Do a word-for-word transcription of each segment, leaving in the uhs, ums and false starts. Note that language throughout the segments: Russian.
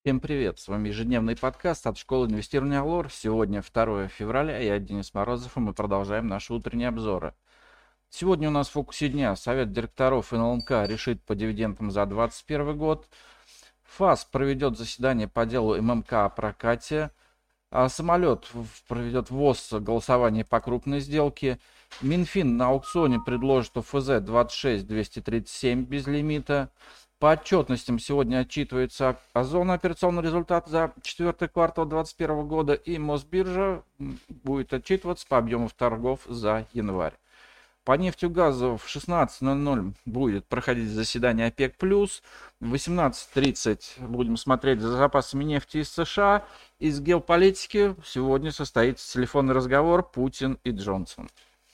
Всем привет! С вами ежедневный подкаст от школы инвестирования Алор. Сегодня второе февраля, я Денис Морозов, и мы продолжаем наши утренние обзоры. Сегодня у нас в фокусе дня Совет директоров эн эл эм ка решит по дивидендам за две тысячи двадцать первый год. ФАС проведет заседание по делу эм эм ка о прокате. А самолет проведет ВОЗ голосование по крупной сделке. Минфин на аукционе предложит о эф зэ двадцать шесть двести тридцать семь без лимита. По отчетностям сегодня отчитывается Озон операционный результат за четвертый квартал две тысячи двадцать первого года, и Мосбиржа будет отчитываться по объему торгов за январь. По нефтегазу в шестнадцать ноль ноль будет проходить заседание ОПЕК+. В восемнадцать тридцать будем смотреть за запасами нефти из США. Из геополитики сегодня состоится телефонный разговор Путин и Джонсон.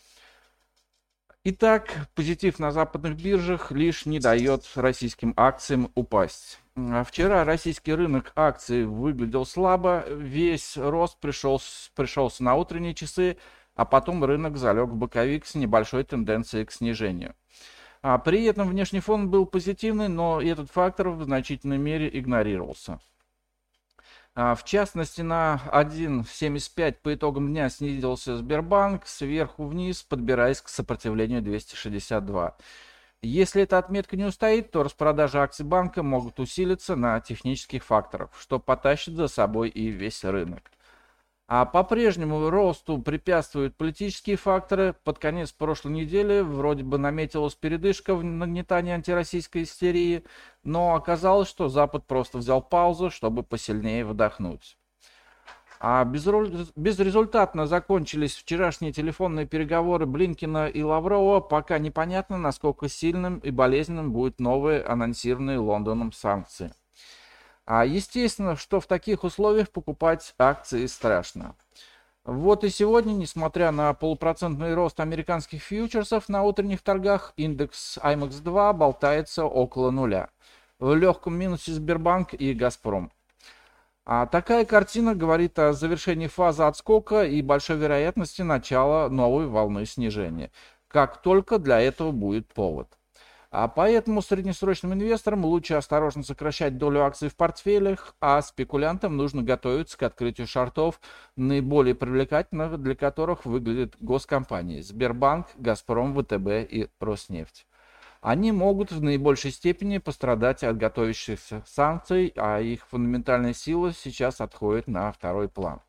Итак, позитив на западных биржах лишь не дает российским акциям упасть. Вчера российский рынок акций выглядел слабо, весь рост пришел, пришелся на утренние часы, а потом рынок залег в боковик с небольшой тенденцией к снижению. А при этом внешний фон был позитивный, но этот фактор в значительной мере игнорировался. В частности, на один семьдесят пять по итогам дня снизился Сбербанк сверху вниз, подбираясь к сопротивлению двести шестьдесят два. Если эта отметка не устоит, то распродажи акций банка могут усилиться на технических факторах, что потащит за собой и весь рынок. А по-прежнему росту препятствуют политические факторы. Под конец прошлой недели вроде бы наметилась передышка в нагнетании антироссийской истерии, но оказалось, что Запад просто взял паузу, чтобы посильнее вдохнуть. А безрезультатно закончились вчерашние телефонные переговоры Блинкена и Лаврова. Пока непонятно, насколько сильным и болезненным будут новые анонсированные Лондоном санкции. А естественно, что в таких условиях покупать акции страшно. Вот и сегодня, несмотря на полупроцентный рост американских фьючерсов на утренних торгах, индекс ай эм экс два болтается около нуля. В легком минусе Сбербанк и Газпром. А такая картина говорит о завершении фазы отскока и большой вероятности начала новой волны снижения, как только для этого будет повод. А поэтому среднесрочным инвесторам лучше осторожно сокращать долю акций в портфелях, а спекулянтам нужно готовиться к открытию шортов, наиболее привлекательных для которых выглядят госкомпании Сбербанк, Газпром, вэ тэ бэ и Роснефть. Они могут в наибольшей степени пострадать от готовящихся санкций, а их фундаментальная сила сейчас отходит на второй план.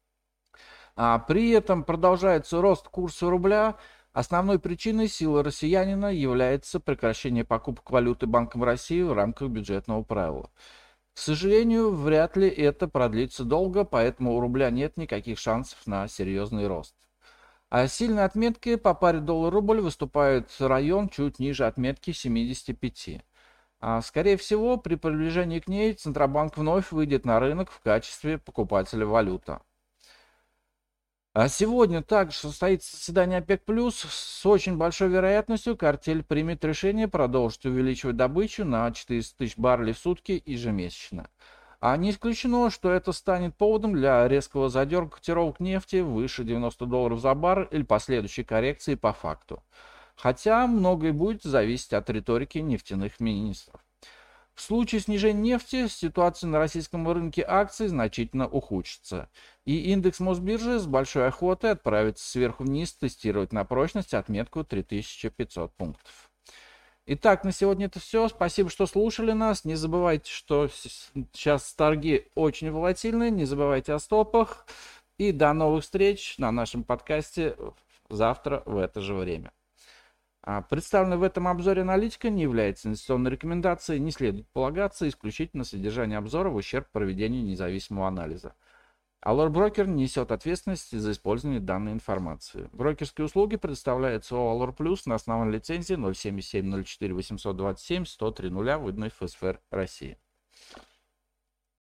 А при этом продолжается рост курса рубля. Основной причиной силы россиянина является прекращение покупок валюты Банком России в рамках бюджетного правила. К сожалению, вряд ли это продлится долго, поэтому у рубля нет никаких шансов на серьезный рост. А сильной отметкой по паре доллар-рубль выступает район чуть ниже отметки семидесяти пяти. А скорее всего, при приближении к ней Центробанк вновь выйдет на рынок в качестве покупателя валюты. А сегодня также состоится заседание ОПЕК+. С очень большой вероятностью картель примет решение продолжить увеличивать добычу на четыреста тысяч баррелей в сутки ежемесячно. А не исключено, что это станет поводом для резкого задерга котировок нефти выше девяноста долларов за баррель или последующей коррекции по факту. Хотя многое будет зависеть от риторики нефтяных министров. В случае снижения нефти ситуация на российском рынке акций значительно ухудшится, и индекс Мосбиржи с большой охотой отправится сверху вниз тестировать на прочность отметку три тысячи пятьсот пунктов. Итак, на сегодня это все. Спасибо, что слушали нас. Не забывайте, что сейчас торги очень волатильные. Не забывайте о стопах. И до новых встреч на нашем подкасте завтра в это же время. Представленная в этом обзоре аналитика не является инвестиционной рекомендацией, не следует полагаться исключительно на содержание обзора в ущерб проведению независимого анализа. Алор Брокер несет ответственность за использование данной информации. Брокерские услуги предоставляются ООО Алор Плюс на основании лицензии ноль семь семь ноль четыре восемьсот двадцать семь сто три нуля, выданной эф эс эф эр России.